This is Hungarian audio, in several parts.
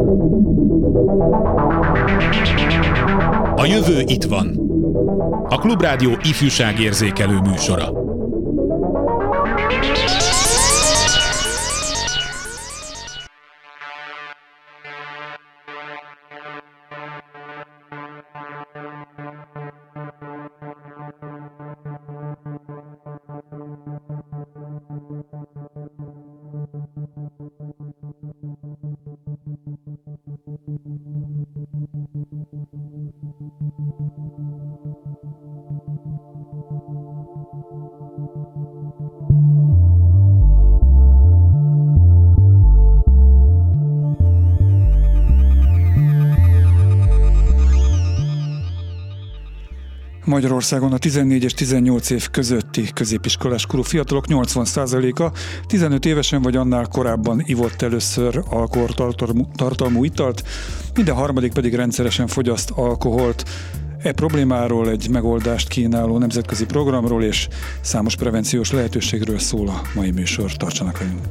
A jövő itt van. A Klubrádió ifjúságérzékelő műsora. Magyarországon a 14 és 18 év közötti középiskolás korú fiatalok 80%-a 15 évesen vagy annál korábban ivott először alkoholtartalmú italt, minden harmadik pedig rendszeresen fogyaszt alkoholt. E problémáról egy megoldást kínáló nemzetközi programról és számos prevenciós lehetőségről szól a mai műsor. Tartsanak velünk!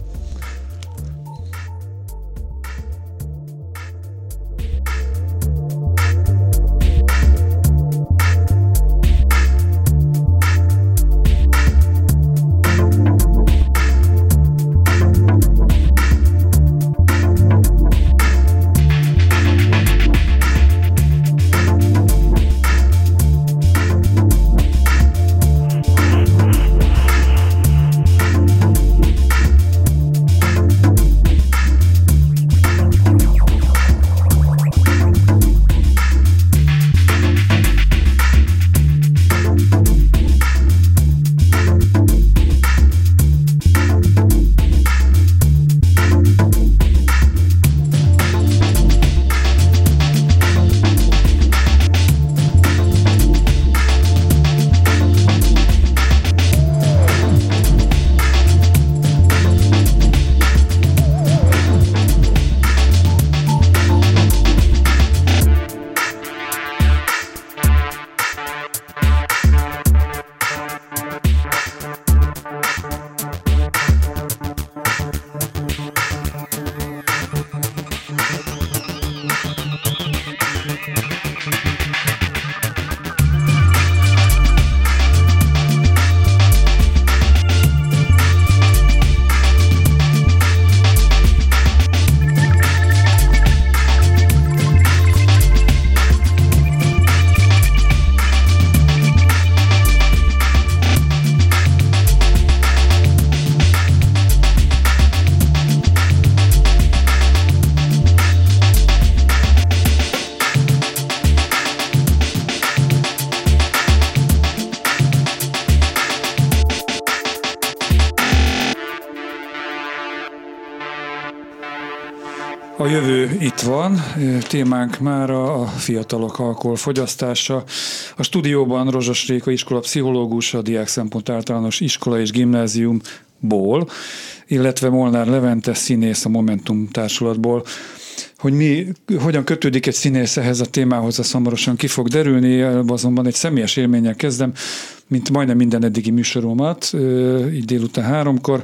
A jövő itt van, témánk mára a fiatalok alkoholfogyasztása. A stúdióban Rozsas Réka iskolapszichológus, a Diák Szempont Általános Iskola és Gimnáziumból, illetve Molnár Levente színész a Momentum Társulatból. Hogy mi hogyan kötődik egy színész ehhez a témához, az hamarosan ki fog derülni, azonban egy személyes élménnyel kezdem, mint majdnem minden eddigi műsoromat, így délután 3-kor.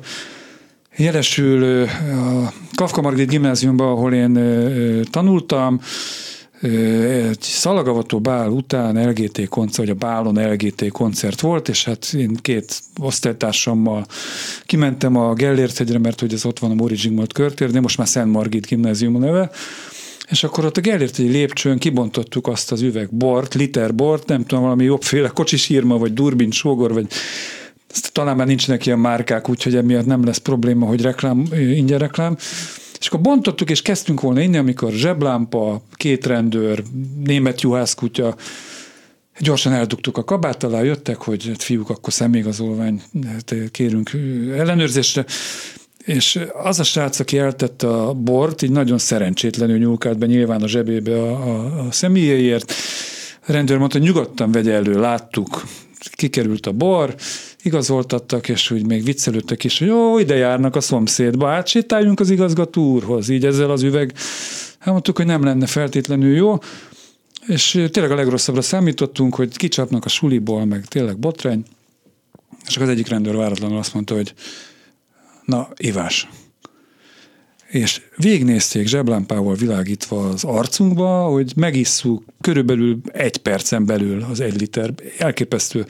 Jelesül a Kafka Margit Gimnáziumban, ahol én tanultam, egy szalagavató bál után LGT koncert, vagy a bálon LGT koncert volt, és hát én 2 osztálytársammal kimentem a Gellérthegyre, mert hogy ez ott van a Móricz Zsigmond körtér, de most már Szent Margit Gimnázium a neve, és akkor ott a Gellérthegyi lépcsőn kibontottuk azt az üveg bort, liter bort, nem tudom, valami jobbféle kocsisírma, vagy Durbin sógor, vagy talán már nincsenek ilyen márkák, úgyhogy emiatt nem lesz probléma, hogy ingyen reklám. És akkor bontottuk, és kezdtünk volna inni, amikor zseblámpa, 2 rendőr, német juhászkutya, gyorsan eldugtuk a kabát alá, jöttek, hogy hát fiúk, akkor személyigazolványt kérünk ellenőrzésre, és az a srác, aki eltette a bort, így nagyon szerencsétlenül nyúlkált be nyilván a zsebébe a személyéért. A rendőr mondta, hogy nyugodtan vegye elő, láttuk, kikerült a bor, igazoltattak, és úgy még viccelődtek is, hogy jó, ide járnak a szomszédba, átsétáljunk az igazgató úrhoz, így ezzel az üveg. Mondtuk, hogy nem lenne feltétlenül jó, és tényleg a legrosszabbra számítottunk, hogy kicsapnak a suliból, meg tényleg botrány, és az egyik rendőr váratlanul azt mondta, hogy na, ivás. és végignézték zseblámpával világítva az arcunkba, hogy megisszuk körülbelül 1 percen belül az 1 liter elképesztő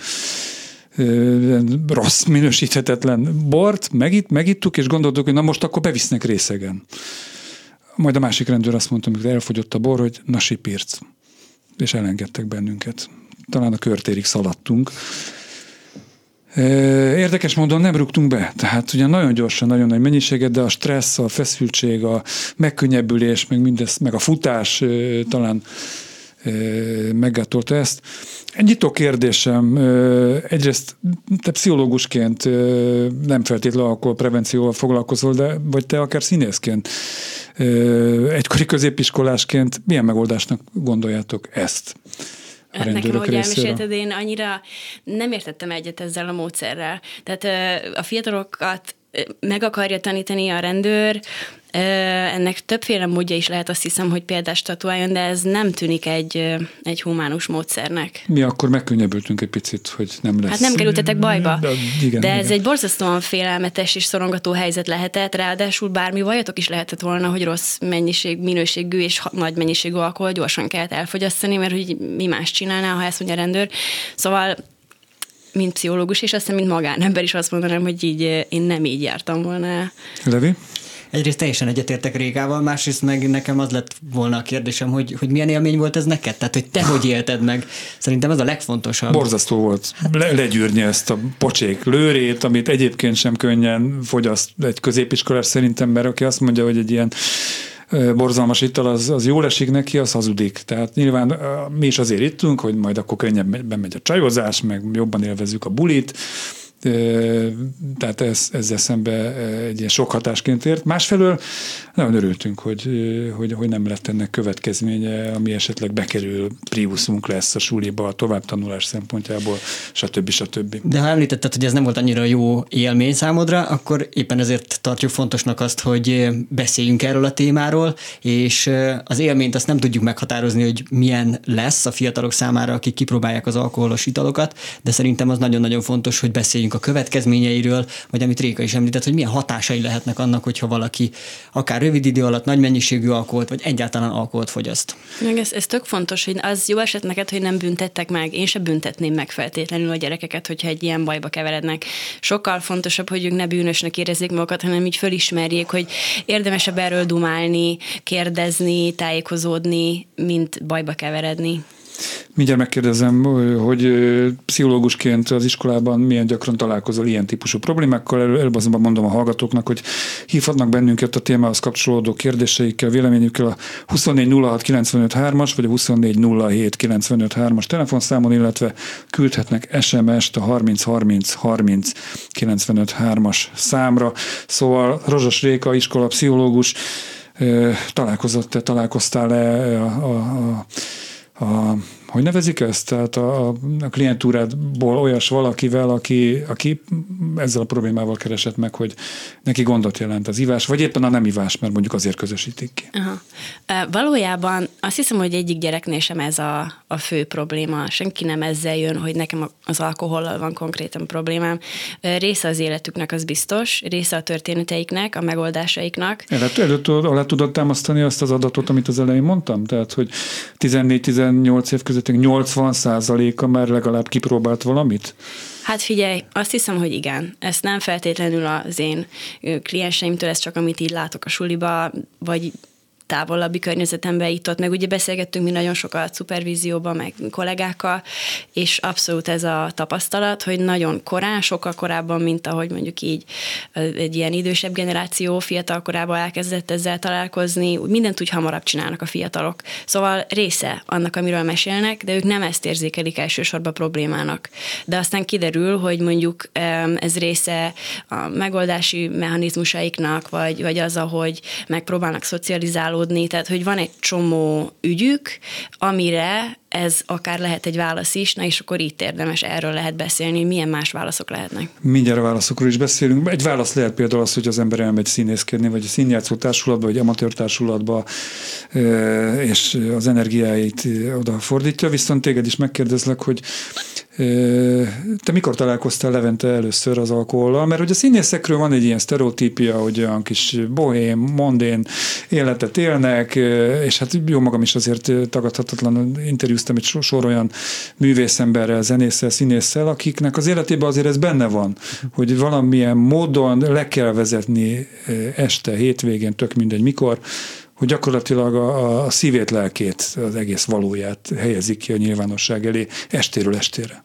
rossz, minősíthetetlen bort, megittuk, és gondoltuk, hogy na most akkor bevisznek részegen. Majd a másik rendőr azt mondta, amikor elfogyott a bor, hogy na sipírc. És elengedtek bennünket. Talán a körtérig szaladtunk. Érdekes módon nem rúgtunk be, tehát ugye nagyon gyorsan, nagyon nagy mennyiséget, de a stressz, a feszültség, a megkönnyebbülés, meg mindez, meg a futás talán meggátolta ezt. Egy nyitó kérdésem, egyrészt te pszichológusként nem feltétlenül alkoholprevencióval foglalkozol, de vagy te akár színészként, egykori középiskolásként milyen megoldásnak gondoljátok ezt? Nekem, ahogy elmesélted, én annyira nem értettem egyet ezzel a módszerrel. Tehát a fiatalokat meg akarja tanítani a rendőr, ennek többféle módja is lehet, azt hiszem, hogy példát statuáljon, de ez nem tűnik egy humánus módszernek. Mi akkor megkönnyebbültünk egy picit, hogy nem lesz. Hát nem kerültetek bajba, igen. Ez egy borzasztóan félelmetes és szorongató helyzet lehetett, ráadásul bármi bajotok is lehetett volna, hogy rossz minőségű és nagy mennyiségű alkohol gyorsan kellett elfogyasztani, mert hogy mi más csinálná, ha ezt mondja a rendőr. Szóval mint pszichológus, és aztán mint magánember is azt mondanám, hogy így én nem így jártam volna. Levi? Egyrészt teljesen egyetértek Régával, másrészt meg nekem az lett volna a kérdésem, hogy milyen élmény volt ez neked? Tehát, hogy te hogy élted meg? Szerintem ez a legfontosabb. Borzasztó volt legyűrni ezt a pocsék lőrét, amit egyébként sem könnyen fogyaszt egy középiskolás szerintem, mert aki azt mondja, hogy egy ilyen borzalmas ital, az jól esik neki, az hazudik. Tehát nyilván mi is azért ittunk, hogy majd akkor könnyebben megy a csajozás, meg jobban élvezzük a bulit, tehát ezzel szembe egy ilyen sok hatásként ért. Másfelől nagyon örültünk, hogy nem lett ennek következménye, ami esetleg bekerül, priuszunk lesz a suliba, a továbbtanulás szempontjából, stb. De ha említetted, hogy ez nem volt annyira jó élmény számodra, akkor éppen ezért tartjuk fontosnak azt, hogy beszéljünk erről a témáról, és az élményt azt nem tudjuk meghatározni, hogy milyen lesz a fiatalok számára, akik kipróbálják az alkoholos italokat, de szerintem az nagyon-nagyon fontos, hogy beszéljünk a következményeiről, vagy amit Réka is említett, hogy milyen hatásai lehetnek annak, hogyha valaki akár rövid idő alatt nagy mennyiségű alkoholt, vagy egyáltalán alkoholt fogyaszt. Meg ez tök fontos, hogy az jó eset neked, hogy nem büntettek meg. Én sem büntetném meg feltétlenül a gyerekeket, hogyha egy ilyen bajba keverednek. Sokkal fontosabb, hogy ők ne bűnösnek érezzék magukat, hanem így fölismerjék, hogy érdemesebb erről dumálni, kérdezni, tájékozódni, mint bajba keveredni. Mindjárt megkérdezem, hogy pszichológusként az iskolában milyen gyakran találkozol ilyen típusú problémákkal. Előbb azonban mondom a hallgatóknak, hogy hívhatnak bennünket a témához kapcsolódó kérdéseikkel, véleményükkel a 2406-953-as vagy a 2407-953-as telefonszámon, illetve küldhetnek SMS-t a 303030-953-as számra. Szóval Rozsas Réka, iskolapszichológus, találkoztál-e hogy nevezik ezt? Tehát a klientúrádból olyas valakivel, aki ezzel a problémával keresett meg, hogy neki gondot jelent az ivás, vagy éppen a nem ivás, mert mondjuk azért közösítik ki. Aha. Valójában azt hiszem, hogy egyik gyereknél sem ez a fő probléma. Senki nem ezzel jön, hogy nekem az alkohollal van konkrétan problémám. Része az életüknek, az biztos, része a történeteiknek, a megoldásaiknak. Alá tudod támasztani azt az adatot, amit az elején mondtam? Tehát, hogy 14-18 év között 80%-a már legalább kipróbált valamit? Hát figyelj, azt hiszem, hogy igen. Ezt nem feltétlenül az én klienseimtől, ez csak amit így látok a suliba, vagy távolabbi környezetemben itt-ott, meg ugye beszélgettünk mi nagyon sokat szupervízióban, meg kollégákkal, és abszolút ez a tapasztalat, hogy nagyon korán, sokkal korábban, mint ahogy mondjuk így egy ilyen idősebb generáció fiatal korában elkezdett ezzel találkozni, mindent úgy hamarabb csinálnak a fiatalok. Szóval része annak, amiről mesélnek, de ők nem ezt érzékelik elsősorban problémának. De aztán kiderül, hogy mondjuk ez része a megoldási mechanizmusaiknak, vagy az, ahogy megpróbálnak szocializálódni, tehát hogy van egy csomó ügyük, amire ez akár lehet egy válasz is, na és akkor itt érdemes, erről lehet beszélni, milyen más válaszok lehetnek. Mindjárt a válaszokról is beszélünk. Egy válasz lehet például az, hogy az ember elmegy színészkedni, vagy a színjátszó társulatba, vagy amatőr társulatba, és az energiáit oda fordítja. Viszont téged is megkérdezlek, hogy Te mikor találkoztál, Levente, először az alkohollal? Mert hogy a színészekről van egy ilyen sztereotípia, hogy olyan kis bohém, mondén életet élnek, és hát jó magam is azért tagadhatatlan interjúztam egy sor olyan művészemberrel, zenésszel, színésszel, akiknek az életében azért ez benne van, hogy valamilyen módon le kell vezetni este, hétvégén, tök mindegy mikor, hogy gyakorlatilag a szívét, lelkét, az egész valóját helyezik ki a nyilvánosság elé estéről estére.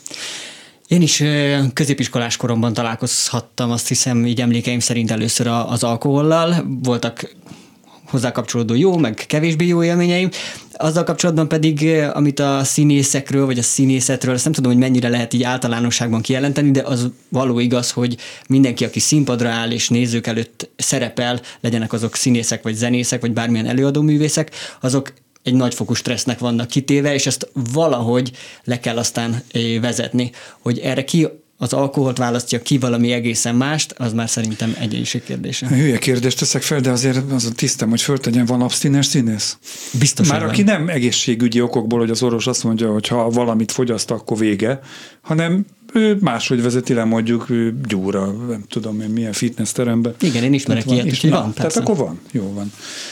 Én is középiskolás koromban találkozhattam, azt hiszem, így emlékeim szerint először az alkohollal. Voltak hozzá kapcsolódó jó, meg kevésbé jó élményeim. Azzal kapcsolatban pedig, amit a színészekről, vagy a színészetről, azt nem tudom, hogy mennyire lehet így általánosságban kijelenteni, de az való igaz, hogy mindenki, aki színpadra áll és nézők előtt szerepel, legyenek azok színészek, vagy zenészek, vagy bármilyen előadóművészek, azok egy nagyfokú stressznek vannak kitéve, és ezt valahogy le kell aztán vezetni. Hogy erre ki az alkoholt választja, ki valami egészen mást, az már szerintem egyéniség kérdése. Hülye kérdést teszek fel, de azért az a tisztem, hogy föltegyen, van abstinens színész? Biztos. Már aki nem egészségügyi okokból, hogy az orvos azt mondja, hogy ha valamit fogyaszt, akkor vége, hanem ő máshogy vezeti le mondjuk Gyúra, nem tudom én milyen fitnessterembe. Igen, én ismerek ilyet, úgyhogy van. Tehát akkor van, jó van.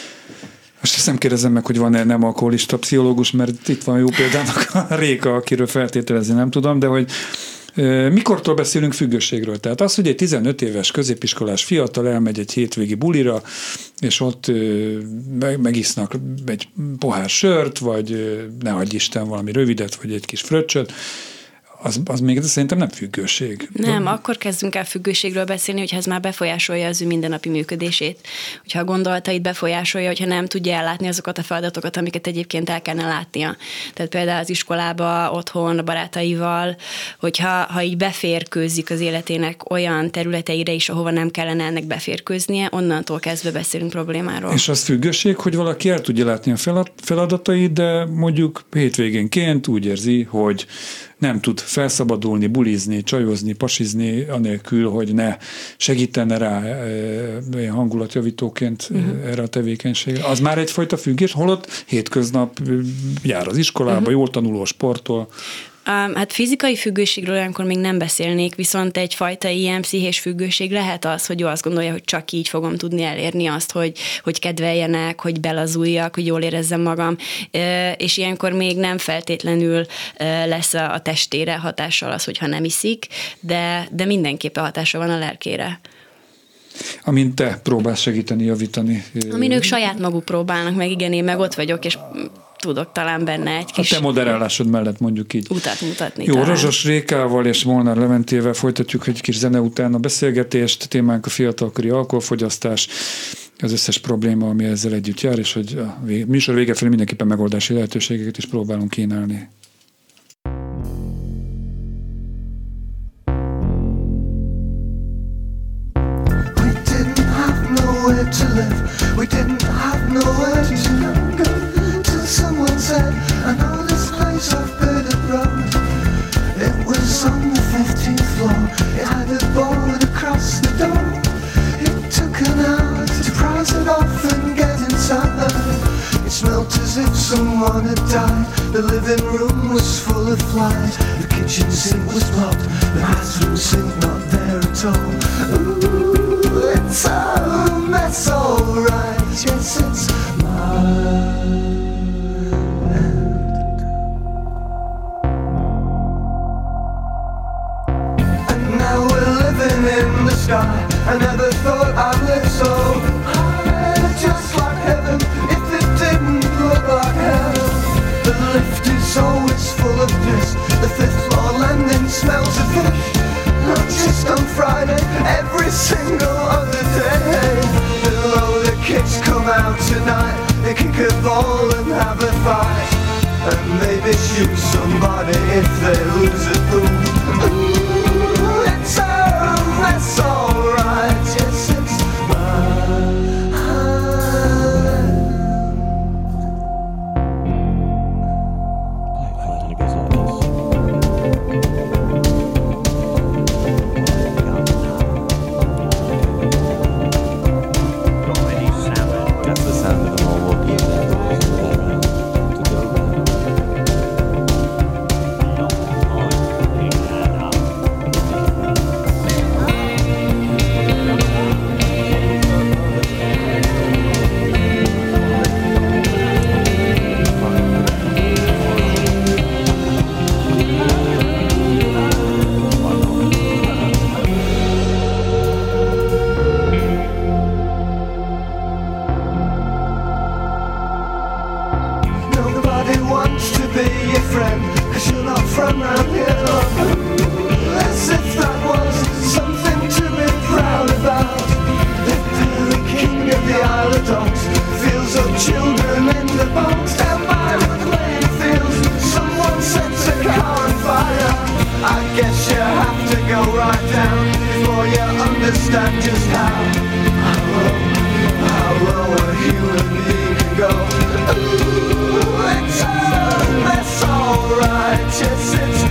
Most ezt nem kérdezem meg, hogy van-e nem alkoholista pszichológus, mert itt van jó példának a Réka, akiről feltételezni nem tudom, de hogy mikortól beszélünk függőségről? Tehát az, hogy egy 15 éves középiskolás fiatal elmegy egy hétvégi bulira, és ott megisznak egy pohár sört, vagy ne adj Isten valami rövidet, vagy egy kis fröccsöt, az még szerintem nem függőség. Nem, akkor kezdünk el függőségről beszélni, hogyha ez már befolyásolja az ő mindennapi működését. Hogyha a gondolatait befolyásolja, hogyha nem tudja ellátni azokat a feladatokat, amiket egyébként el kellene látnia. Tehát például az iskolába, otthon, a barátaival, hogyha így beférkőzik az életének olyan területeire is, ahova nem kellene ennek beférkőznie, onnantól kezdve beszélünk problémáról. És az függőség, hogy valaki el tudja látni a feladatait, de mondjuk hétvégénként úgy érzi, hogy nem tud felszabadulni, bulizni, csajozni, pasizni, anélkül, hogy ne segítene rá hangulatjavítóként erre a tevékenységre. Az már egyfajta függés, holott hétköznap jár az iskolába, jól tanuló, sportol. Hát fizikai függőségről olyankor még nem beszélnék, viszont egyfajta ilyen pszichés függőség lehet az, hogy ő azt gondolja, hogy csak így fogom tudni elérni azt, hogy kedveljenek, hogy belazuljak, hogy jól érezzem magam, és ilyenkor még nem feltétlenül lesz a testére hatással az, hogyha nem iszik, de mindenképpen hatása van a lelkére. Amint te próbálsz segíteni, javítani. Amin ők saját maguk próbálnak meg, igen, én meg ott vagyok, és tudok talán benne egy kis... A te moderálásod mellett mondjuk így. Utat mutatni. Jó, Rozsos Rékával és Molnár Leventével folytatjuk egy kis zene után a beszélgetést. Témánk a fiatalkori alkoholfogyasztás, az összes probléma, ami ezzel együtt jár, és hogy a műsor vége felé mindenképpen megoldási lehetőségeket is próbálunk kínálni. To live, we didn't have nowhere to go till someone said, I know this place off Burnett Road. It was on the 15th floor, it had a board across the door. It took an hour to price it off and get inside. It smelt as if someone had died. The living room was full of flies. The kitchen sink was blocked, the bathroom sink not there at all. Ooh, it's a mess, alright. Yes, it's my end. And now we're living in the sky. I never thought I'd live so high, just like heaven, if it didn't look like hell. The lift is always full of piss. The fifth floor landing smells of fish. Not just on Friday, every single other day. Below the kids come out tonight, they kick a ball and have a fight, and maybe shoot somebody if they lose a pool. Ooh, it's a mess, alright. Yes, it's mine. wants to be your friend, 'cause you're not from round here. As if that was something to be proud about. The king of the Isle of Dogs feels of children in the box. Down by the playing fields, someone sets a car on fire. I guess you have to go right down before you understand just how low a human being can go. Ooh, that's alright, yes, it's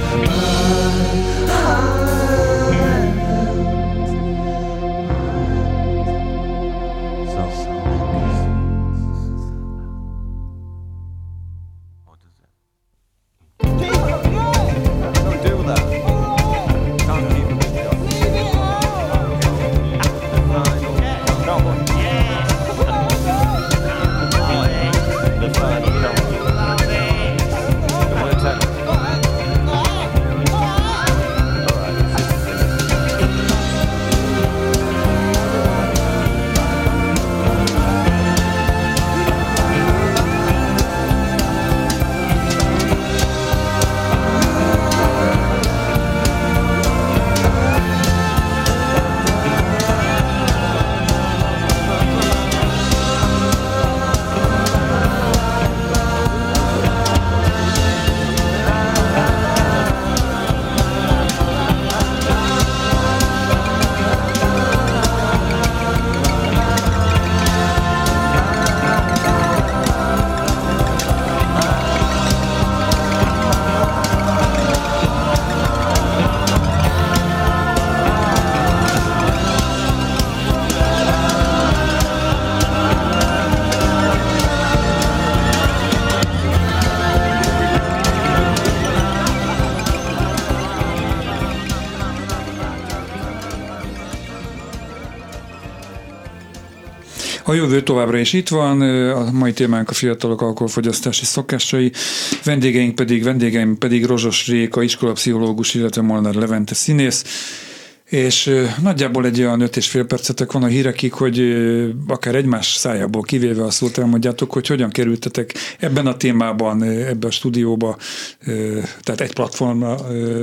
A jövő továbbra is itt van, a mai témánk a fiatalok alkoholfogyasztási szokásai, vendégeim pedig Rozsos Réka, iskolapszichológus, illetve Molnár Levente színész, és nagyjából egy olyan 5,5 percetek van a hírekig, hogy akár egymás szájából kivéve a szót elmondjátok, hogy hogyan kerültetek ebben a témában, ebbe a stúdióba, tehát egy platformra,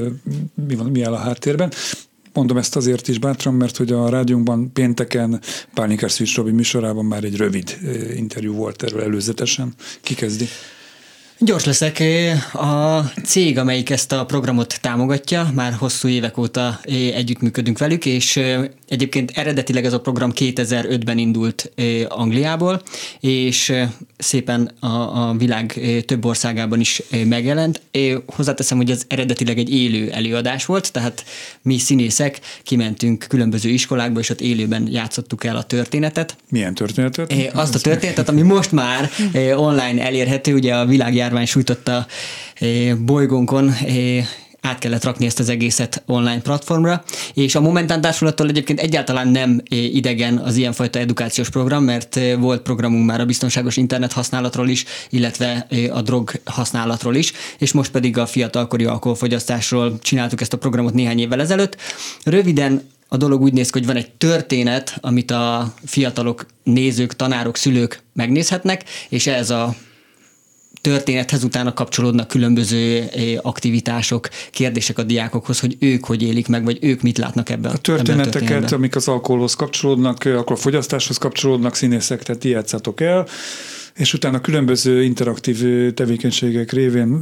mi áll a háttérben. Mondom ezt azért is bátran, mert hogy a rádiónkban pénteken Pálinkás Szűcs Robi műsorában már egy rövid interjú volt erről előzetesen. Ki kezdi? Gyors leszek. A cég, amelyik ezt a programot támogatja, már hosszú évek óta együttműködünk velük, és egyébként eredetileg ez a program 2005-ben indult Angliából, és szépen a világ több országában is megjelent. Hozzáteszem, hogy ez eredetileg egy élő előadás volt, tehát mi színészek kimentünk különböző iskolákba, és ott élőben játszottuk el a történetet. Milyen történetet? Azt a történetet, ami most már online elérhető, ugye a világjárvány sújtotta bolygónkon, át kellett rakni ezt az egészet online platformra, és a Momentán Társulattól egyébként egyáltalán nem idegen az ilyenfajta edukációs program, mert volt programunk már a biztonságos internet használatról is, illetve a drog használatról is, és most pedig a fiatalkori alkoholfogyasztásról csináltuk ezt a programot néhány évvel ezelőtt. Röviden a dolog úgy néz ki, hogy van egy történet, amit a fiatalok, nézők, tanárok, szülők megnézhetnek, és ez a történethez utána kapcsolódnak különböző aktivitások, kérdések a diákokhoz, hogy ők hogy élik meg, vagy ők mit látnak ebben a történeteket, amik az alkoholhoz kapcsolódnak, alkoholfogyasztáshoz kapcsolódnak, színészek, tehát ti játszatok el, és utána különböző interaktív tevékenységek révén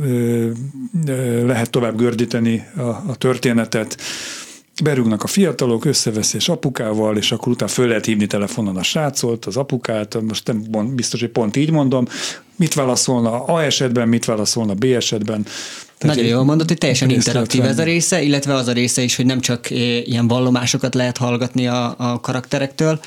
lehet tovább gördíteni a történetet. Berúgnak a fiatalok, összeveszés apukával, és akkor utána föl lehet hívni telefonon a srácot, az apukát, most nem biztos, hogy pont így mondom, mit válaszolna A esetben, mit válaszolna B esetben. Tehát nagyon jól mondod, hogy teljesen interaktív ez a része, illetve az a része is, hogy nem csak ilyen vallomásokat lehet hallgatni a karakterektől,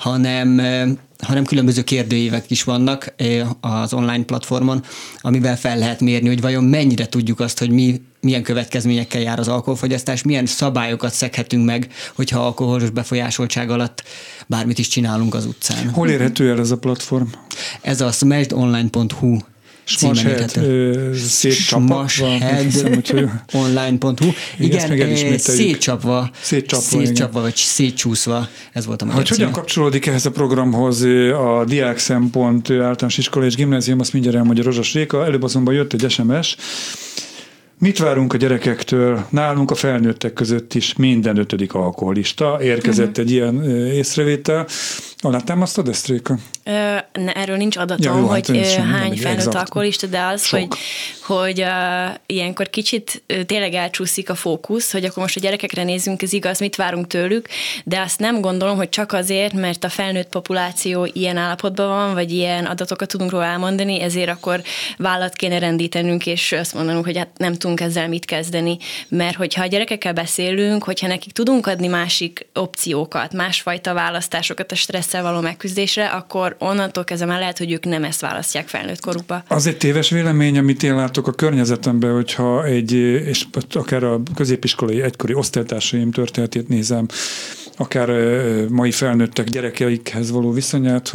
hanem különböző kérdőívek is vannak az online platformon, amivel fel lehet mérni, hogy vajon mennyire tudjuk azt, hogy milyen következményekkel jár az alkoholfogyasztás, milyen szabályokat szeghetünk meg, hogyha alkoholos befolyásoltság alatt bármit is csinálunk az utcán. Hol érhető el ez a platform? Ez a smashedonline.hu szétcsapva, online.hu. Igen, szétcsapva vagy szétcsúszva, ez volt a magyar címe. Hogyan kapcsolódik ehhez a programhoz a Diák Szempont általános iskola és gimnázium, azt mindjárt elmondja Rozsas Réka. Előbb azonban jött egy SMS. Mit várunk a gyerekektől? Nálunk a felnőttek között is minden 5. alkoholista. Érkezett egy ilyen észrevétel. Alátámasztod ezt, Réka? Erről nincs adatom, jó, hogy hány felnőtt alkoholista, de az, hogy ilyenkor kicsit tényleg elcsúszik a fókusz, hogy akkor most a gyerekekre nézzünk, ez igaz, mit várunk tőlük, de azt nem gondolom, hogy csak azért, mert a felnőtt populáció ilyen állapotban van, vagy ilyen adatokat tudunk róla elmondani, ezért akkor vállat kéne rendítenünk, és azt mondanunk, hogy hát nem tudunk ezzel mit kezdeni, mert hogyha a gyerekekkel beszélünk, hogyha nekik tudunk adni másik opciókat, másfajta választásokat a stresszel való megküzdésre, akkor onnantól kezdve már lehet, hogy ők nem ezt választják felnőtt korukba. Az egy téves vélemény, amit én látok a környezetemben, hogyha és akár a középiskolai egykori osztálytársaim történetét nézem, akár mai felnőttek gyerekeikhez való viszonyát,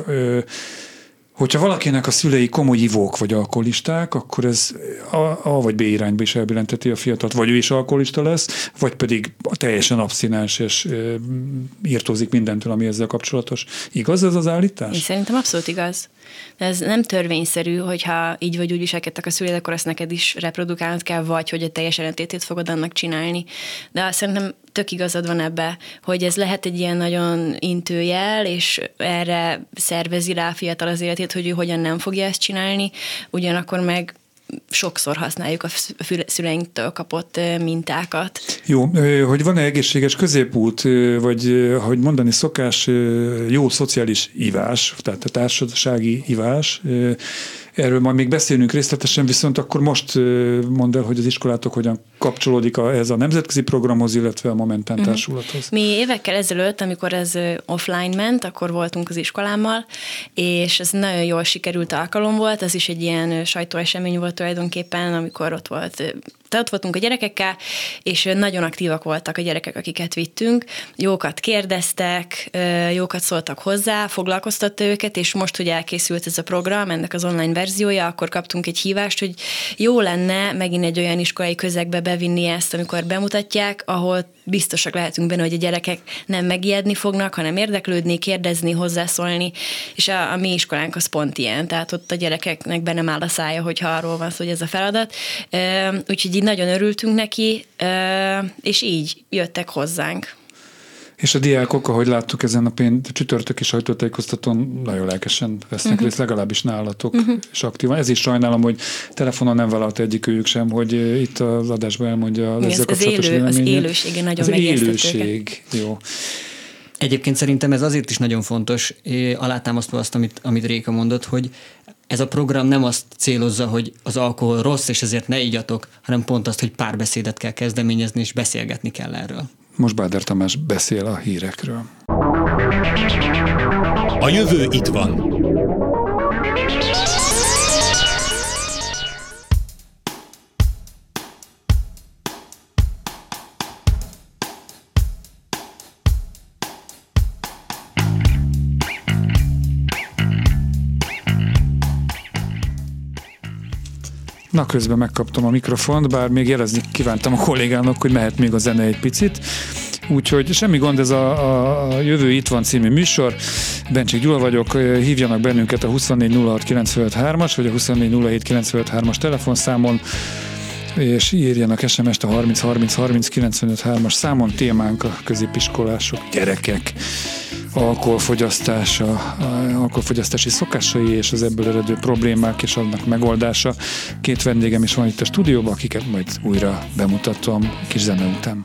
hogyha valakinek a szülei komoly ivók vagy alkoholisták, akkor ez A vagy B irányba is elbillenteti a fiatalt, vagy ő is alkoholista lesz, vagy pedig teljesen abszinens és írtózik mindentől, ami ezzel kapcsolatos. Igaz ez az állítás? Én szerintem abszolút igaz. De ez nem törvényszerű, hogyha így vagy úgy viselkedtek a szüleid, akkor azt neked is reprodukálnod kell, vagy hogy a teljes ellentétét fogod annak csinálni. De azt szerintem tök igazad van ebbe, hogy ez lehet egy ilyen nagyon intőjel, és erre szervezi rá a fiatal az életét, hogy ő hogyan nem fogja ezt csinálni, ugyanakkor meg sokszor használjuk a szüleinktől kapott mintákat. Jó, hogy van-e egészséges középút, vagy ahogy mondani szokás, jó szociális ivás, tehát a társasági ivás, erről majd még beszélünk részletesen, viszont akkor most mondd el, hogy az iskolátok hogyan kapcsolódik ez a nemzetközi programhoz, illetve a Momentán társulathoz. Mi évekkel ezelőtt, amikor ez offline ment, akkor voltunk az iskolámmal, és ez nagyon jól sikerült alkalom volt, ez is egy ilyen sajtóesemény volt tulajdonképpen, amikor ott voltunk a gyerekekkel, és nagyon aktívak voltak a gyerekek, akiket vittünk. Jókat kérdeztek, jókat szóltak hozzá, foglalkoztatta őket, és most, hogy elkészült ez a program, ennek az online verziója, akkor kaptunk egy hívást, hogy jó lenne megint egy olyan iskolai közegbe bevinni ezt, amikor bemutatják, ahol biztosak lehetünk benne, hogy a gyerekek nem megijedni fognak, hanem érdeklődni, kérdezni, hozzászólni, és a mi iskolánk az pont ilyen, tehát ott a gyerekeknek be nem áll a szája, hogyha arról van szó, hogy ez a feladat. Úgyhogy így nagyon örültünk neki, és így jöttek hozzánk. És a diákok, ahogy láttuk ezen a csütörtöki sajtótájékoztatón, nagyon lelkesen vesznek részt, legalábbis nálatok, és aktívan. Ez is sajnálom, hogy telefonon nem vállalt egyikőjük sem, hogy itt az adásban elmondja ezzel kapcsolatos véleményét. Az élősége nagyon megértett őket. Az élőség, jó. Egyébként szerintem ez azért is nagyon fontos, alátámasztva azt, amit Réka mondott, hogy ez a program nem azt célozza, hogy az alkohol rossz, és ezért ne igyatok, hanem pont azt, hogy párbeszédet kell kezdeményezni, és beszélgetni kell erről. Most Báder Tamás beszél a hírekről. A jövő itt van. Na, közben megkaptam a mikrofont, bár még jelezni kívántam a kollégának, hogy mehet még a zene egy picit. Úgyhogy semmi gond, ez a Jövő itt van című műsor. Bencsik Gyula vagyok, hívjanak bennünket a 2406-953-as vagy a 2407-953-as telefonszámon, és írjanak SMS-t a 30-30-30-953-as számon. Témánk a középiskolások, gyerekek alkoholfogyasztási szokásai és az ebből eredő problémák és annak megoldása. Két vendégem is van itt a stúdióban, akiket majd újra bemutatom kis zene után.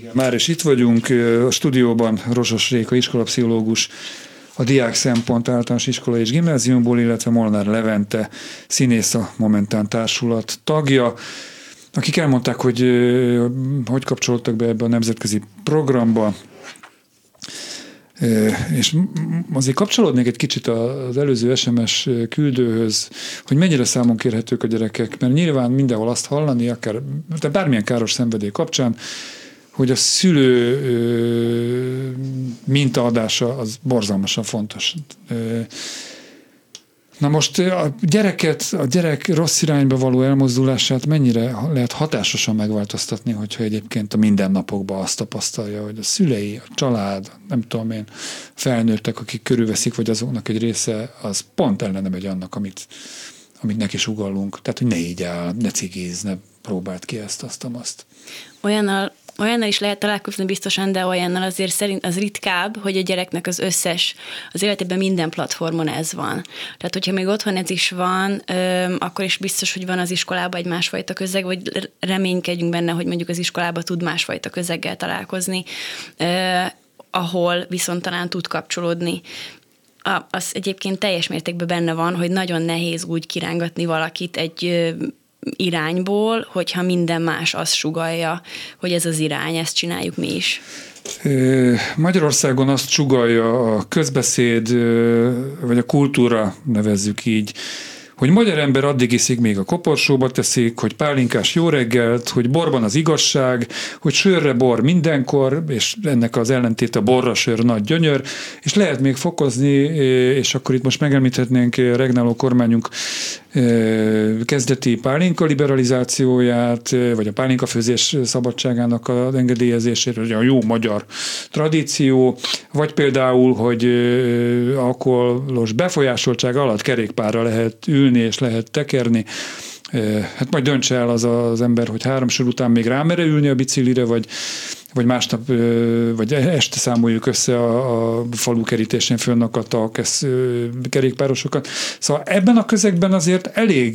Már is itt vagyunk a stúdióban Rozsos Réka iskolapszichológus, a Diák Szempont Általános Iskola és Gimnáziumból, illetve Molnár Levente színész, a Momentán Társulat tagja, akik elmondták, hogy kapcsolódtak be ebbe a nemzetközi programba. És azért kapcsolódnék egy kicsit az előző SMS küldőhöz, hogy mennyire számon kérhetők a gyerekek, mert nyilván mindenhol azt hallani, akár de bármilyen káros szenvedély kapcsán, hogy a szülő mintaadása az borzalmasan fontos. Na most a gyerek rossz irányba való elmozdulását mennyire lehet hatásosan megváltoztatni, hogyha egyébként a mindennapokban azt tapasztalja, hogy a szülei, a család, nem tudom én, felnőttek, akik körülveszik, vagy azoknak egy része, az pont ellene megy annak, amit neki sugallunk. Tehát, hogy ne így áll, ne cigízz, ne próbáld ki ezt, azt. Olyannal is lehet találkozni biztosan, de olyannal azért szerint az ritkább, hogy a gyereknek az életében minden platformon ez van. Tehát, hogyha még otthon ez is van, akkor is biztos, hogy van az iskolában egy másfajta közeg, vagy reménykedjünk benne, hogy mondjuk az iskolában tud másfajta közeggel találkozni, ahol viszont talán tud kapcsolódni. Az egyébként teljes mértékben benne van, hogy nagyon nehéz úgy kirángatni valakit egy irányból, hogyha minden más azt sugallja, hogy ez az irány, ezt csináljuk mi is. Magyarországon azt sugallja a közbeszéd, vagy a kultúra, nevezzük így, hogy magyar ember addig iszik, még a koporsóba teszik, hogy pálinkás jó reggelt, hogy borban az igazság, hogy sörre bor mindenkor, és ennek az ellentéte a borra sör nagy gyönyör, és lehet még fokozni, és akkor itt most megemlíthetnénk regnáló kormányunk kezdeti pálinka liberalizációját, vagy a pálinkafőzés szabadságának az engedélyezését, vagy a jó magyar tradíció, vagy például, hogy alkoholos befolyásoltság alatt kerékpárra lehet ülni, és lehet tekerni. Hát majd döntse el az ember, hogy 3 sor után még rámere ülni a biciklire, vagy másnap, vagy este számoljuk össze a falu kerítésén fönnakadt kerékpárosokat. Szóval ebben a közegben azért elég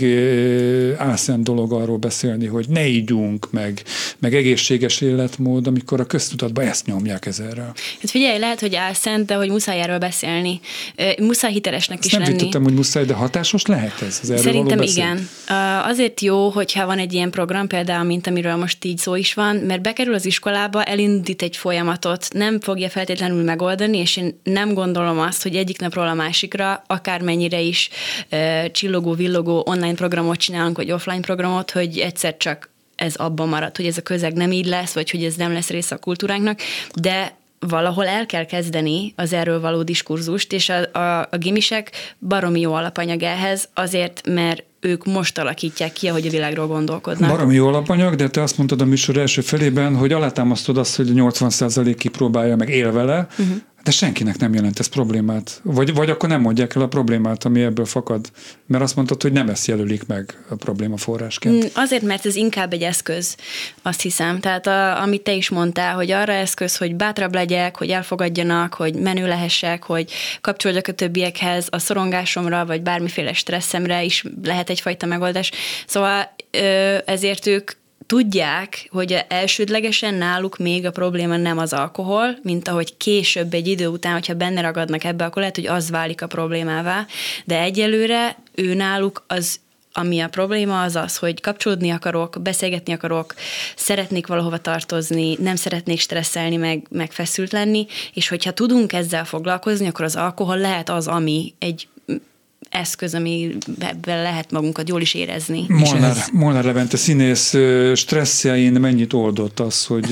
álszent dolog arról beszélni, hogy ne ígyunk, meg egészséges életmód, amikor a köztudatban ezt nyomják ezerrel. Hát figyelj, lehet, hogy álszent, de hogy muszáj erről beszélni. Muszáj hitelesnek ezt is nem lenni. Nem vittettem, hogy muszáj, de hatásos lehet ez? Az szerintem igen. Azért jó, hogyha van egy ilyen program, például, mint amiről most így szó is van, mert bekerül az iskolába, elindít egy folyamatot, nem fogja feltétlenül megoldani, és én nem gondolom azt, hogy egyik napról a másikra, akármennyire is csillogó-villogó online programot csinálunk, vagy offline programot, hogy egyszer csak ez abban marad, hogy ez a közeg nem így lesz, vagy hogy ez nem lesz része a kultúránknak, de valahol el kell kezdeni az erről való diskurzust, és a gimisek baromi jó alapanyag ehhez, azért, mert ők most alakítják ki, ahogy a világról gondolkodnak. Baromi jó alapanyag, de te azt mondtad a műsor első felében, hogy alátámasztod azt, hogy 80% kipróbálja, meg él vele, de senkinek nem jelent ez problémát. Vagy akkor nem mondják el a problémát, ami ebből fakad. Mert azt mondtad, hogy nem ezt jelölik meg a probléma forrásként. Azért, mert ez inkább egy eszköz, azt hiszem. Tehát amit te is mondtál, hogy arra eszköz, hogy bátrabb legyek, hogy elfogadjanak, hogy menő lehessek, hogy kapcsolódjak a többiekhez, a szorongásomra, vagy bármiféle stresszemre is lehet egyfajta megoldás. Szóval ezért ők tudják, hogy elsődlegesen náluk még a probléma nem az alkohol, mint ahogy később egy idő után, hogyha benne ragadnak ebbe, akkor lehet, hogy az válik a problémává, de egyelőre ő náluk az, ami a probléma, az az, hogy kapcsolódni akarok, beszélgetni akarok, szeretnék valahova tartozni, nem szeretnék stresszelni, meg feszült lenni, és hogyha tudunk ezzel foglalkozni, akkor az alkohol lehet az, ami egy eszköz, amiben lehet magunkat jól is érezni. Molnár Levente színész stresszjein mennyit oldott az, hogy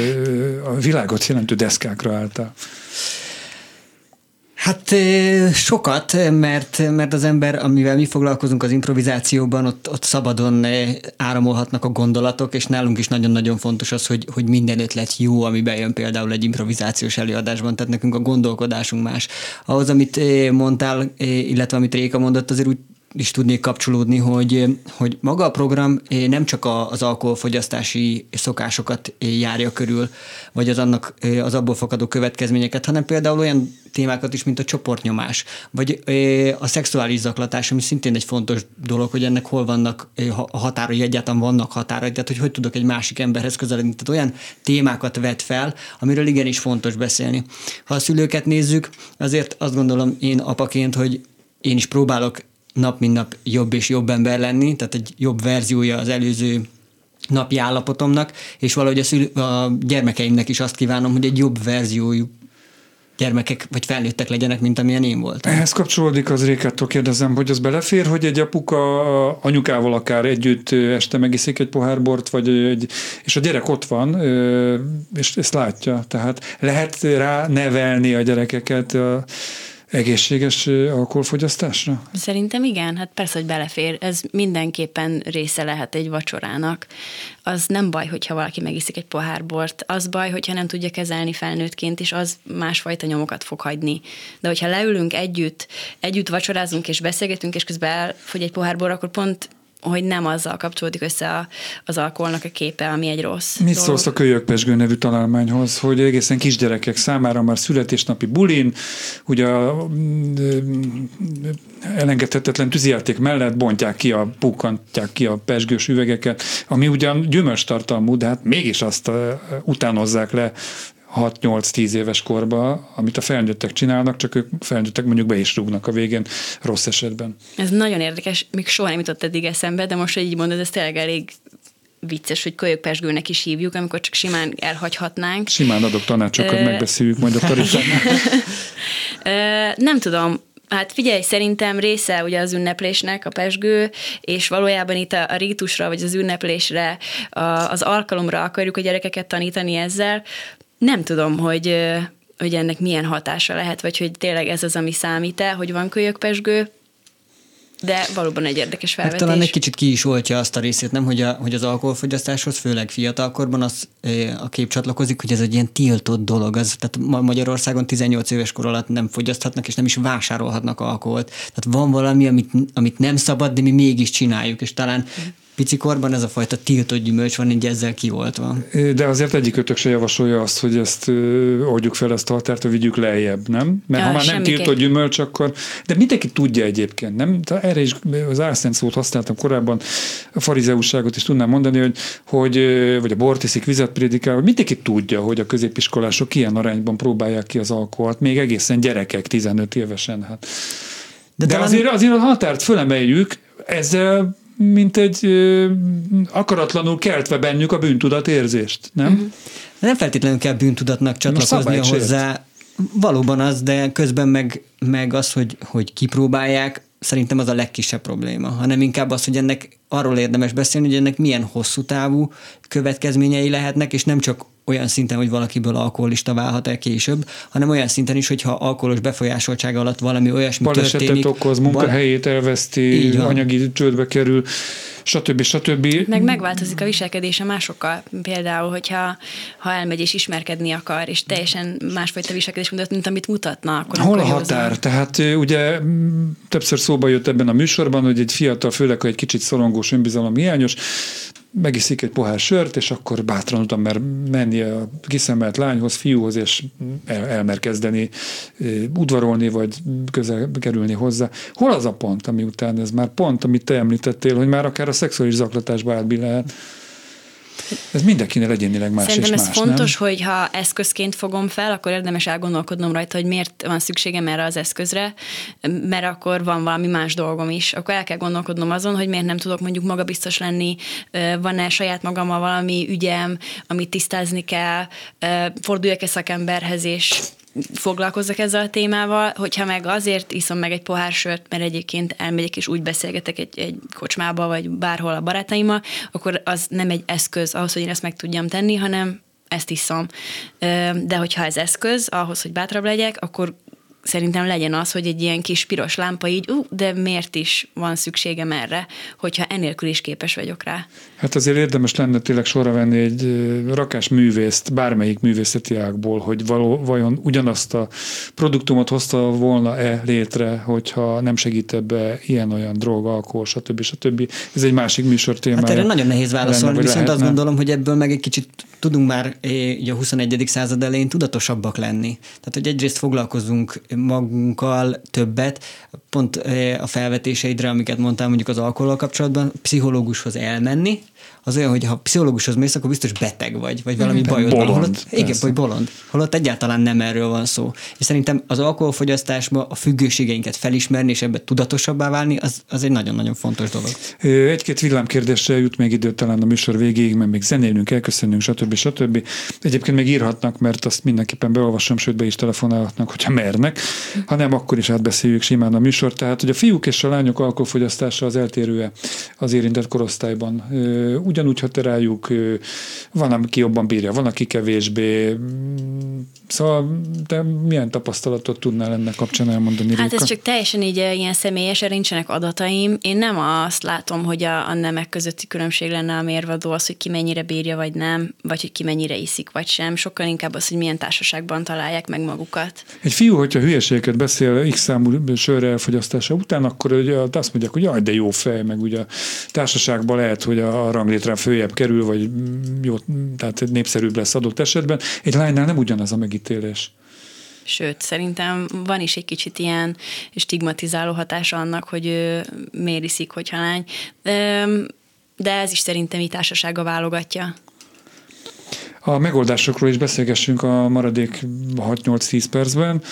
a világot jelentő deszkákra álltál? Hát sokat, mert az ember, amivel mi foglalkozunk az improvizációban, ott szabadon áramolhatnak a gondolatok, és nálunk is nagyon-nagyon fontos az, hogy minden ötlet jó, ami bejön például egy improvizációs előadásban, tehát nekünk a gondolkodásunk más. Ahhoz, amit mondtál, illetve amit Réka mondott, azért úgy is tudnék kapcsolódni, hogy maga a program nem csak az alkoholfogyasztási szokásokat járja körül, vagy az abból fakadó következményeket, hanem például olyan témákat is, mint a csoportnyomás, vagy a szexuális zaklatás, ami szintén egy fontos dolog, hogy ennek hol vannak a határai, egyáltalán vannak határai, tehát hogy tudok egy másik emberhez közeledni. Tehát olyan témákat vet fel, amiről igenis fontos beszélni. Ha a szülőket nézzük, azért azt gondolom én apaként, hogy én is próbálok nap mint nap jobb és jobb ember lenni, tehát egy jobb verziója az előző napi állapotomnak, és valahogy a gyermekeimnek is azt kívánom, hogy egy jobb verziójuk gyermekek vagy felnőttek legyenek, mint amilyen én voltam. Ehhez kapcsolódik, az Rékától kérdezem, hogy az belefér, hogy egy apuka anyukával akár együtt este megiszik egy pohár bort, és a gyerek ott van, és ezt látja. Tehát lehet rá nevelni a gyerekeket egészséges alkoholfogyasztásra? Szerintem igen, hát persze, hogy belefér. Ez mindenképpen része lehet egy vacsorának. Az nem baj, hogyha valaki megiszik egy pohár bort. Az baj, hogyha nem tudja kezelni felnőttként, és az másfajta nyomokat fog hagyni. De hogyha leülünk együtt vacsorázunk és beszélgetünk, és közben elfogy egy pohár bor, akkor pont hogy nem azzal kapcsolódik össze az alkoholnak a képe, ami egy rossz Mit dolog. szólsz a Kölyökpezsgő nevű találmányhoz, hogy egészen kisgyerekek számára már születésnapi bulin, ugye elengedhetetlen tűzijáték mellett pukkantják ki a pezsgős üvegeket, ami ugyan gyümölcstartalmú, de hát mégis azt utánozzák le 6-8-10 éves korba, amit a felnőttek csinálnak, csak ők felnőttek mondjuk be is rúgnak a végén rossz esetben. Ez nagyon érdekes, még soha nem jutott eddig eszembe, de most, hogy így mondod, ez tényleg elég vicces, hogy kölyökpezsgőnek is hívjuk, amikor csak simán elhagyhatnánk. Simán adok tanácsokat, megbeszéljük majd a Taritánál. Nem tudom, hát figyelj, szerintem része ugye az ünneplésnek a pezsgő, és valójában itt a rítusra, vagy az ünneplésre, az alkalomra akarjuk a gyerekeket tanítani ezzel. Nem tudom, hogy ennek milyen hatása lehet, vagy hogy tényleg ez az, ami számít-e, hogy van kölyökpezsgő, de valóban egy érdekes felvetés. Talán egy kicsit ki is oltja azt a részét, nem, hogy az alkoholfogyasztáshoz, főleg fiatalkorban az a kép csatlakozik, hogy ez egy ilyen tiltott dolog. Tehát Magyarországon 18 éves kor alatt nem fogyaszthatnak, és nem is vásárolhatnak alkoholt. Tehát van valami, amit nem szabad, de mi mégis csináljuk, és talán picikorban ez a fajta tiltott gyümölcs van így ezzel kioltva. De azért egyikőtök se javasolja azt, hogy ezt oldjuk fel, ezt a határt, vigyük lejjebb, nem? Mert ha már nem tiltott gyümölcs, akkor... De mindenki tudja egyébként, nem? De erre is az álszent szót használtam korábban, a farizeusságot is tudnám mondani, hogy vagy a bort iszik, vizet prédikál, hogy mindenki tudja, hogy a középiskolások ilyen arányban próbálják ki az alkoholt, még egészen gyerekek, 15 évesen. Hát. De azért a határt fölemeljük, ezzel mint egy akaratlanul keltve bennük a bűntudatérzést, nem? Nem feltétlenül kell bűntudatnak csatlakoznia hozzá. Valóban az, de közben meg az, hogy kipróbálják, szerintem az a legkisebb probléma, hanem inkább az, hogy ennek arról érdemes beszélni, hogy ennek milyen hosszú távú következményei lehetnek, és nem csak olyan szinten, hogy valakiből alkoholista válhat el később, hanem olyan szinten is, hogyha alkoholos befolyásoltsága alatt valami olyasmi balesetet történik. Okoz, munkahelyét elveszti, anyagi csődbe kerül, stb. Meg megváltozik a viselkedése másokkal. Például, hogyha elmegy és ismerkedni akar, és teljesen másfajta viselkedés mutat, mint amit mutatna. Akkor hol a határ? Tehát ugye többször szóba jött ebben a műsorban, hogy egy fiatal, főleg, ha egy kicsit szorongós, önbizalom hiányos, megiszik egy pohár sört, és akkor bátran utána mer menni a kiszemelt lányhoz, fiúhoz, és elmer kezdeni udvarolni, vagy közel kerülni hozzá. Hol az a pont, ami után ez már pont, amit te említettél, hogy már akár a szexuális zaklatásba átbillehet? Ez mindenkinél egyénileg más. Szerintem és ez más, fontos, nem? hogy ha eszközként fogom fel, akkor érdemes elgondolkodnom rajta, hogy miért van szükségem erre az eszközre, mert akkor van valami más dolgom is. Akkor el kell gondolkodnom azon, hogy miért nem tudok mondjuk magabiztos lenni, van-e saját magammal valami ügyem, amit tisztázni kell, forduljak-e szakemberhez, és foglalkozzak ezzel a témával, hogyha meg azért iszom meg egy pohár sört, mert egyébként elmegyek és úgy beszélgetek egy kocsmába, vagy bárhol a barátaimmal, akkor az nem egy eszköz ahhoz, hogy én ezt meg tudjam tenni, hanem ezt iszom. De hogyha ez eszköz ahhoz, hogy bátrabb legyek, akkor szerintem legyen az, hogy egy ilyen kis piros lámpa így, de miért is van szükségem erre, hogyha enélkül is képes vagyok rá. Hát azért érdemes lenne tényleg sorra venni egy rakás művészt, bármelyik művészeti ágból, hogy vajon ugyanazt a produktumot hozta volna-e létre, hogyha nem segít ebbe ilyen-olyan drog, alkohol, stb. Ez egy másik műsor témája. Hát erre nagyon nehéz válaszolni, viszont lehetne. azt gondolom, hogy ebből meg egy kicsit tudunk már a 21. század elején tudatosabbak lenni. Tehát, hogy egyrészt foglalkozunk magunkkal többet, pont a felvetéseidre, amiket mondtál mondjuk az alkohollal kapcsolatban, pszichológushoz elmenni, az olyan, hogy ha pszichológushoz mész, akkor biztos beteg vagy valami bajod van. Bolond. Igen, vagy bolond. Holott egyáltalán nem erről van szó. És szerintem az alkoholfogyasztásban a függőségeinket felismerni, és ebben tudatosabbá válni, az egy nagyon-nagyon fontos dolog. Egy-két villámkérdésre jut még idő talán a műsor végéig, mert még zenélünk, elköszönünk, stb. Egyébként még írhatnak, mert azt mindenképpen beolvasom, sőt be is telefonálhatnak, hogyha mernek, ha nem, akkor is átbeszéljük simán a műsor. Tehát, hogy a fiúk és a lányok alkoholfogyasztása az eltérő az érintett korosztályban. Ugyanúgy hateráljuk, van, aki jobban bírja, van, aki kevésbé. Szóval te milyen tapasztalatot tudnál ennek kapcsán elmondani? Hát ez csak teljesen így ilyen személyes, erre nincsenek adataim. Én nem azt látom, hogy a nemek közötti különbség lenne a mérvadó az, hogy ki mennyire bírja, vagy nem, vagy hogy ki mennyire iszik, vagy sem. Sokkal inkább az, hogy milyen társaságban találják meg magukat. Egy fiú, hogyha hülyeségeket beszél x számú sör elfogyasztása után, akkor ugye azt mondják, hogy jaj, de jó fej, meg ugye a társaságban lehet, hogy a ranglétrán följebb kerül, vagy jó, tehát népszerűbb lesz adott esetben. Egy lánynál nem ugyanaz a megítélés. Sőt, szerintem van is egy kicsit ilyen stigmatizáló hatása annak, hogy miért iszik, hogyha lány. De ez is szerintem így társasága válogatja. A megoldásokról is beszélgessünk a maradék 6-8-10 percben.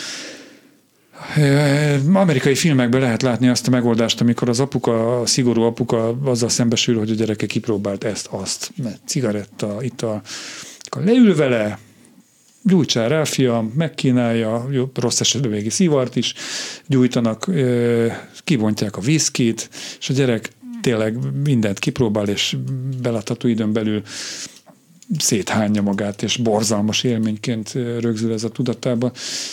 Amerikai filmekben lehet látni azt a megoldást, amikor az apuka, a szigorú apuka azzal szembesül, hogy a gyereke kipróbált ezt-azt, mert cigaretta, ital, akkor leül vele, gyújtsál rá, fiam, megkínálja, rossz esetben még szivart is gyújtanak, kibontják a viszkit, és a gyerek tényleg mindent kipróbál, és belátható időn belül széthányja magát, és borzalmas élményként rögzül ez a tudatába.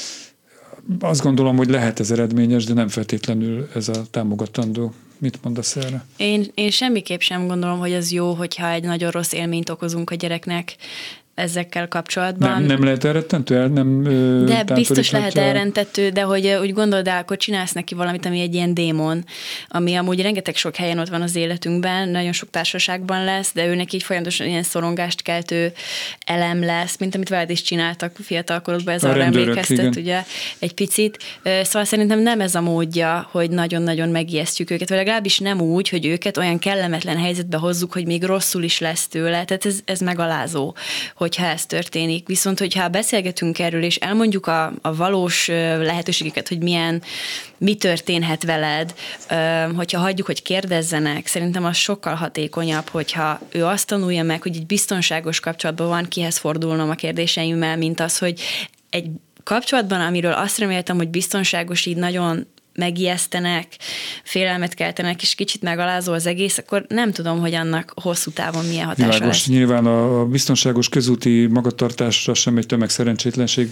Azt gondolom, hogy lehet ez eredményes, de nem feltétlenül ez a támogatandó. Mit mondasz erre? Én semmiképp sem gondolom, hogy az jó, hogyha egy nagyon rossz élményt okozunk a gyereknek ezekkel kapcsolatban. Nem lehet elrettentő? De biztos lehet elrentető, de hogy úgy gondold el, akkor csinálsz neki valamit, ami egy ilyen démon, ami amúgy rengeteg sok helyen ott van az életünkben, nagyon sok társaságban lesz, de őnek így folyamatosan ilyen szorongást keltő elem lesz, mint amit veled is csináltak fiatalkorodban, ez arra emlékeztet, ugye, egy picit. Szóval szerintem nem ez a módja, hogy nagyon-nagyon megijesztjük őket, vagy legalábbis nem úgy, hogy őket olyan kellemetlen helyzetbe hozzuk, hogy még rosszul is lesz tőle, tehát ez megalázó, hogyha ez történik. Viszont, hogyha beszélgetünk erről, és elmondjuk a valós lehetőségeket, hogy mi történhet veled, hogyha hagyjuk, hogy kérdezzenek, szerintem az sokkal hatékonyabb, hogyha ő azt tanulja meg, hogy egy biztonságos kapcsolatban van, kihez fordulnom a kérdéseimmel, mint az, hogy egy kapcsolatban, amiről azt reméltem, hogy biztonságos, így nagyon megijesztenek, félelmet keltenek, és kicsit megalázó az egész, akkor nem tudom, hogy annak hosszú távon milyen hatása Világos. lesz. Nyilván a biztonságos közúti magatartásra sem egy tömegszerencsétlenség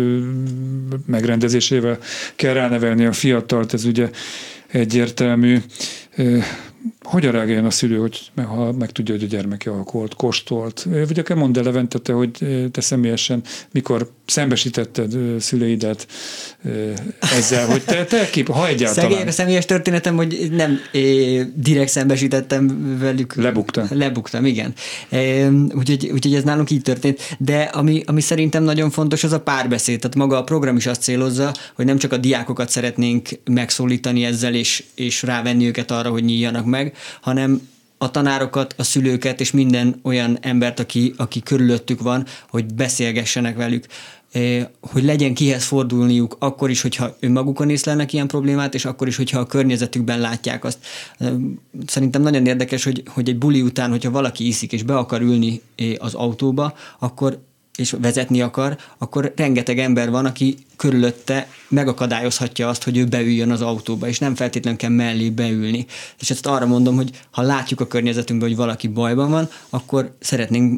megrendezésével kell ránevelni a fiatalt, ez ugye egyértelmű. Hogyan reagáljon a szülő, ha megtudja, hogy a gyermeke alkoholt kóstolt? Vagy akár mondd el, Levente, te, hogy te személyesen mikor szembesítetted szüleidet ezzel, hogy te ha egyáltalán... Szegélyek a személyes történetem, hogy nem direkt szembesítettem velük. Lebuktam, igen. Úgyhogy ez nálunk így történt. De ami szerintem nagyon fontos, az a párbeszéd. Tehát maga a program is azt célozza, hogy nem csak a diákokat szeretnénk megszólítani ezzel, és rávenni őket arra, hogy nyíljanak meg, hanem a tanárokat, a szülőket és minden olyan embert, aki körülöttük van, hogy beszélgessenek velük, hogy legyen kihez fordulniuk akkor is, hogyha önmagukon észlelnek ilyen problémát, és akkor is, hogyha a környezetükben látják azt. Szerintem nagyon érdekes, hogy egy buli után, hogyha valaki iszik és be akar ülni az autóba, és vezetni akar, akkor rengeteg ember van, aki körülötte megakadályozhatja azt, hogy ő beüljön az autóba, és nem feltétlenül kell mellé beülni. És ezt arra mondom, hogy ha látjuk a környezetünkben, hogy valaki bajban van, akkor szeretnénk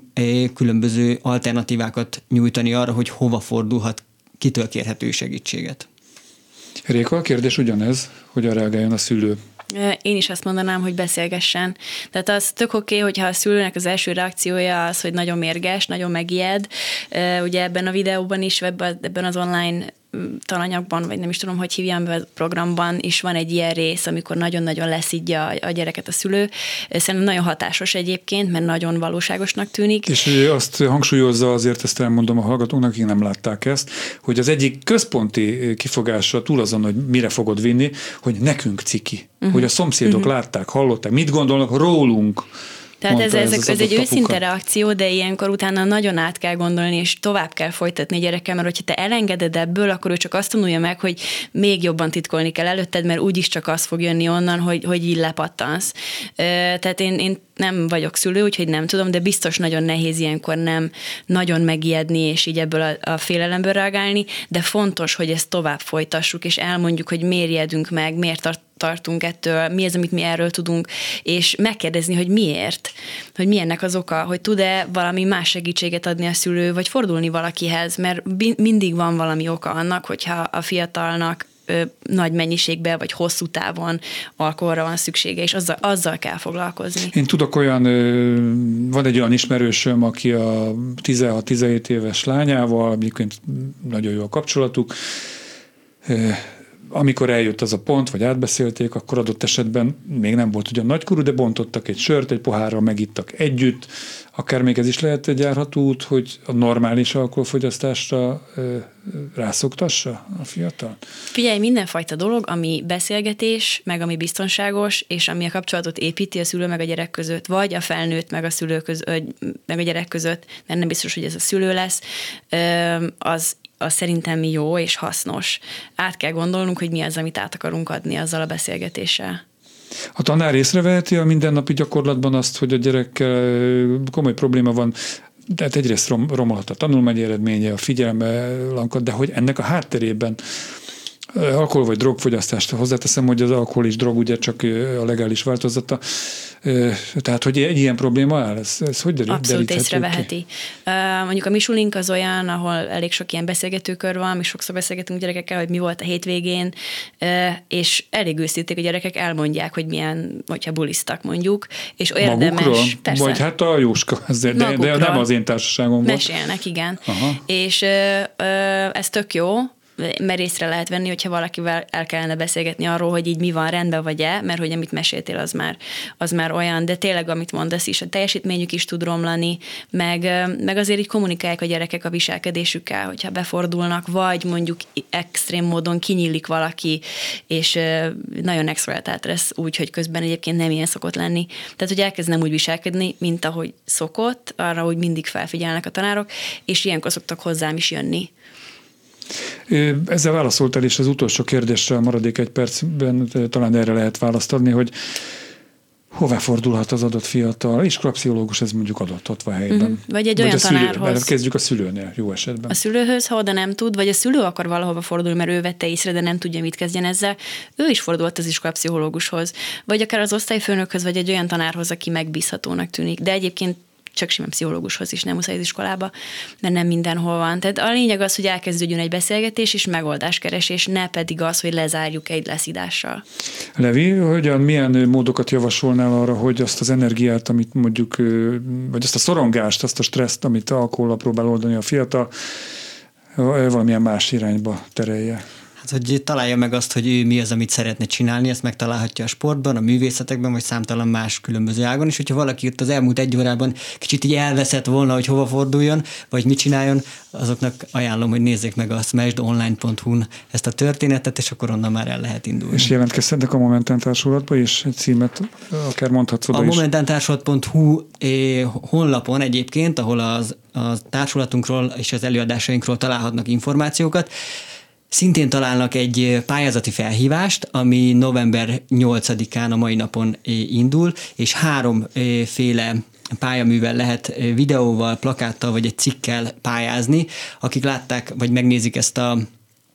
különböző alternatívákat nyújtani arra, hogy hova fordulhat, kitől kérhető segítséget. Réka, a kérdés ugyanez, hogyan reagáljon a szülő. Én is azt mondanám, hogy beszélgessen. Tehát az tök oké, hogyha a szülőnek az első reakciója az, hogy nagyon mérges, nagyon megijed. Ugye ebben a videóban is, ebben az online tananyagban, vagy nem is tudom, hogy hívjam be a programban is van egy ilyen rész, amikor nagyon-nagyon leszidja a gyereket a szülő. Szerintem nagyon hatásos egyébként, mert nagyon valóságosnak tűnik. És azt hangsúlyozza, azért ezt elmondom a hallgatóknak, akik nem látták ezt, hogy az egyik központi kifogása túl azon, hogy mire fogod vinni, hogy nekünk ciki. Hogy a szomszédok látták, hallották, mit gondolnak rólunk. Tehát ez egy őszinte reakció, de ilyenkor utána nagyon át kell gondolni, és tovább kell folytatni a gyerekkel, mert hogyha te elengeded ebből, akkor ő csak azt tanulja meg, hogy még jobban titkolni kell előtted, mert úgyis csak az fog jönni onnan, hogy így lepattansz. Tehát én nem vagyok szülő, úgyhogy nem tudom, de biztos nagyon nehéz ilyenkor nem nagyon megijedni, és így ebből a félelemből reagálni, de fontos, hogy ezt tovább folytassuk, és elmondjuk, hogy miért ijedünk meg, miért tartunk ettől, mi az, amit mi erről tudunk, és megkérdezni, hogy miért, hogy mi ennek az oka, hogy tud-e valami más segítséget adni a szülő, vagy fordulni valakihez, mert mindig van valami oka annak, hogyha a fiatalnak nagy mennyiségben, vagy hosszú távon alkoholra van szüksége, és azzal kell foglalkozni. Én tudok van egy olyan ismerősöm, aki a 16-17 éves lányával, amikként nagyon jó a kapcsolatuk, amikor eljött az a pont, vagy átbeszélték, akkor adott esetben még nem volt ugyan nagykorú, de bontottak egy sört, egy pohárral megittak együtt. Akár még ez is lehet egy járható út, hogy a normális alkoholfogyasztásra rászoktassa a fiatal? Figyelj, mindenfajta dolog, ami beszélgetés, meg ami biztonságos, és ami a kapcsolatot építi a szülő meg a gyerek között, vagy a felnőtt meg a szülő meg a gyerek között, mert nem biztos, hogy ez a szülő lesz, az szerintem jó és hasznos. Át kell gondolnunk, hogy mi az, amit át akarunk adni azzal a beszélgetéssel. A tanár észreveheti a mindennapi gyakorlatban azt, hogy a gyerekkel komoly probléma van, tehát egyrészt romolhat a tanulmányi eredménye, a figyelme lankad, de hogy ennek a hátterében alkohol vagy drogfogyasztást hozzáteszem, hogy az alkohol és drog ugye csak a legális változata. Tehát, hogy egy ilyen probléma áll, ez hogy deríthető? Abszolút észreveheti. Mondjuk a mi sulink az olyan, ahol elég sok ilyen beszélgetőkör van, mi sokszor beszélgetünk gyerekekkel, hogy mi volt a hétvégén, és elég őszintén a gyerekek elmondják, hogy milyen, hogyha buliztak mondjuk, és érdemes. Magukról? Persze. Vagy hát a Jóska, de nem az én társaságom volt. Mesélnek, igen. Aha. És ez tök jó, mert észre lehet venni, hogyha valakivel el kellene beszélgetni arról, hogy így mi van, rendben vagy-e, mert hogy amit meséltél, az már olyan, de tényleg, amit mondasz is, a teljesítményük is tud romlani, meg azért így kommunikálják a gyerekek a viselkedésükkel, hogyha befordulnak, vagy mondjuk extrém módon kinyílik valaki, és nagyon exaltált lesz úgy, hogy közben egyébként nem ilyen szokott lenni. Tehát, hogy elkezd nem úgy viselkedni, mint ahogy szokott, arra, hogy mindig felfigyelnek a tanárok, és ilyenkor szoktak hozzám is jönni. Ezzel válaszoltál, és az utolsó kérdésre a maradék egy percben talán erre lehet választ adni, hogy hová fordulhat az adott fiatal? Iskolapszichológus, ez mondjuk adott ott van helyben. Vagy egy olyan tanárhoz. Kezdjük a szülőnél, jó esetben. A szülőhöz, ha oda nem tud, vagy a szülő akar valahova fordulni, mert ő vette észre, de nem tudja, mit kezdjen ezzel, ő is fordult az iskolapszichológushoz. Vagy akár az osztályfőnökhöz, vagy egy olyan tanárhoz, aki megbízhatónak tűnik. De egyébként csak simán pszichológushoz is, nem muszáj az iskolába, mert nem mindenhol van. Tehát a lényeg az, hogy elkezdődjön egy beszélgetés és megoldáskeresés, ne pedig az, hogy lezárjuk egy leszidással. Levi, milyen módokat javasolnál arra, hogy azt az energiát, amit mondjuk, vagy azt a szorongást, azt a stresszt, amit alkohollal próbál oldani a fiatal, valamilyen más irányba terelje? Hát, hogy találja meg azt, hogy ő mi az, amit szeretne csinálni, ezt megtalálhatja a sportban, a művészetekben, vagy számtalan más különböző ágon, és hogyha valaki itt az elmúlt egy órában kicsit így elveszett volna, hogy hova forduljon, vagy mit csináljon, azoknak ajánlom, hogy nézzék meg a smashdonline.hu-n ezt a történetet, és akkor onnan már el lehet indulni. És jelentkezhetnek a Momentán Társulatba, és egy címet akár mondhatsz oda a is. A momentántársulat.hu honlapon egyébként, ahol a társulatunkról és az előadásainkról találhatnak információkat, szintén találnak egy pályázati felhívást, ami november 8-án a mai napon indul, és 3 féle pályaművel lehet videóval, plakáttal vagy egy cikkel pályázni. Akik látták, vagy megnézik ezt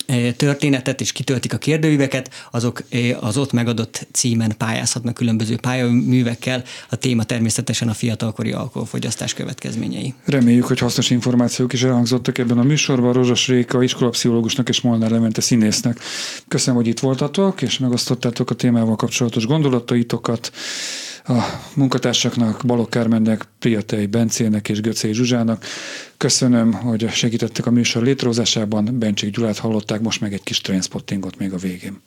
történetet, és kitöltik a kérdőíveket, azok az ott megadott címen pályázhatnak különböző pályaművekkel. A téma természetesen a fiatalkori alkoholfogyasztás következményei. Reméljük, hogy hasznos információk is elhangzottak ebben a műsorban. Rózsas Réka iskolapszichológusnak és Molnár Levente színésznek. Köszönöm, hogy itt voltatok, és megosztottátok a témával kapcsolatos gondolataitokat. A munkatársaknak, Balogh Kármennek, Priatei Bencének és Göcé Zsuzsának. Köszönöm, hogy segítettek a műsor létrehozásában. Bencsik Gyulát hallották, most meg egy kis Trainspottingot még a végén.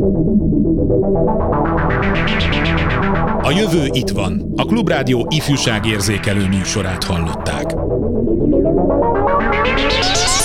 A jövő itt van. A Klubrádió ifjúságérzékelő műsorát hallották.